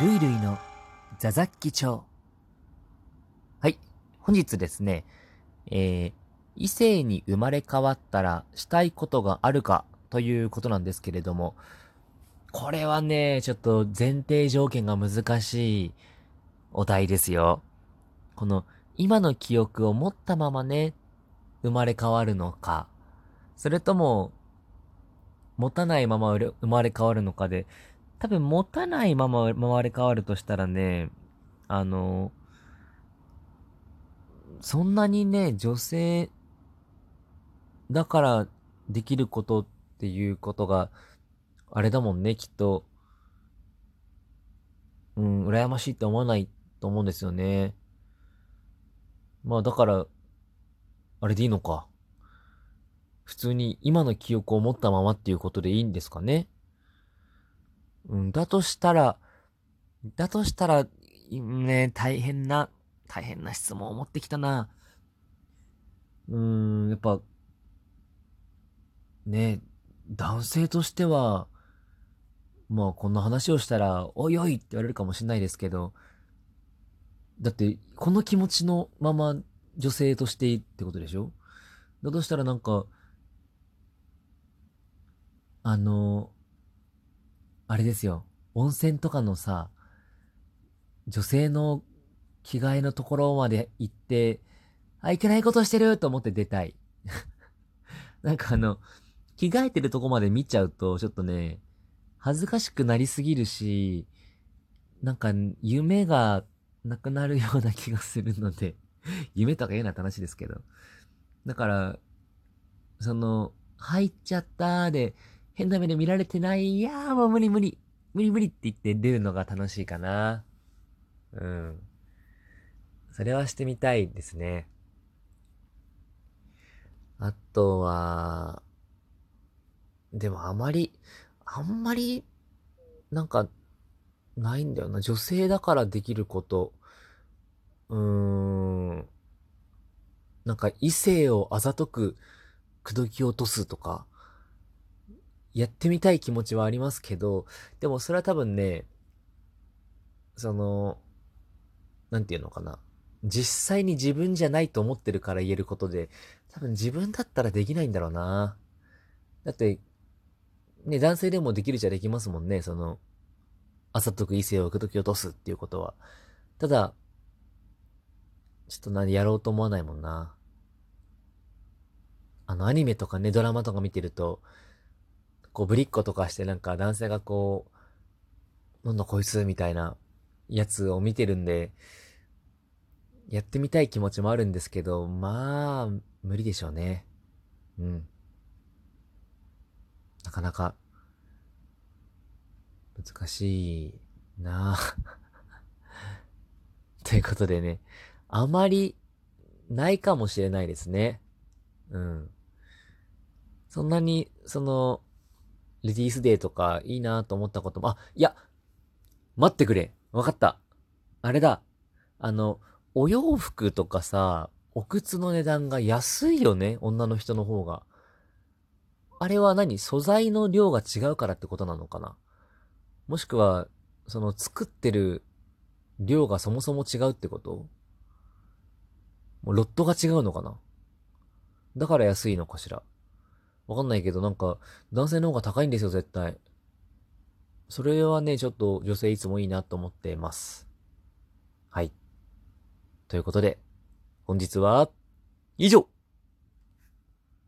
ルイルイの座雑記帳。はい。本日ですね、異性に生まれ変わったらしたいことがあるかということなんですけれども、これはね、ちょっと前提条件が難しいお題ですよ。この今の記憶を持ったままね、生まれ変わるのか、それとも持たないまま生まれ変わるのかで、多分持たないまま生まれ変わるとしたらね、あの、そんなにね、女性だからできることっていうことがあれだもんね、きっと。羨ましいって思わないと思うんですよね。まあだから、あれでいいのか。普通に今の記憶を持ったままっていうことでいいんですかね。だとしたら、ね、大変な質問を持ってきたな。やっぱ、ね、男性としては、まあこんな話をしたら、おいおいって言われるかもしれないですけど、だって、この気持ちのまま女性としてってことでしょ。だとしたらなんか、あの、あれですよ。温泉とかのさ、女性の着替えのところまで行って、あ、いけないことしてると思って出たい。なんか着替えてるとこまで見ちゃうと、ちょっとね、恥ずかしくなりすぎるし、なんか夢がなくなるような気がするので、夢とか言うなって話ですけど。だから、入っちゃったーで、変な目で見られてない、いやーもう無理無理、無理無理って言って出るのが楽しいかな。うん。それはしてみたいですね。あとは、でもあんまり、なんか、ないんだよな。女性だからできること。うーん。なんか異性をあざとく口説き落とすとか、やってみたい気持ちはありますけど、でもそれは多分ね、その、なんていうのかな。実際に自分じゃないと思ってるから言えることで、多分自分だったらできないんだろうな。だって、ね、男性でもできるじゃできますもんね。朝とく異性を口説き落とすっていうことは。ただ、ちょっとやろうと思わないもんな。アニメとかね、ドラマとか見てると、こう、ぶりっ子とかしてなんか男性がこう、なんだこいつみたいなやつを見てるんで、やってみたい気持ちもあるんですけど、まあ、無理でしょうね。うん。なかなか難しいなぁ。ということでね、あまりないかもしれないですね。うん。そんなに、レディースデーとかいいなと思ったことも、いや、待ってくれ。わかった。あれだ。あの、お洋服とかさ、お靴の値段が安いよね。女の人の方が。あれは素材の量が違うからってことなのかな。もしくは、作ってる量がそもそも違うってこと。もうロットが違うのかな。だから安いのかしら。わかんないけど、なんか、男性の方が高いんですよ、絶対。それはね、ちょっと女性いつもいいなと思ってます。はい。ということで、本日は、以上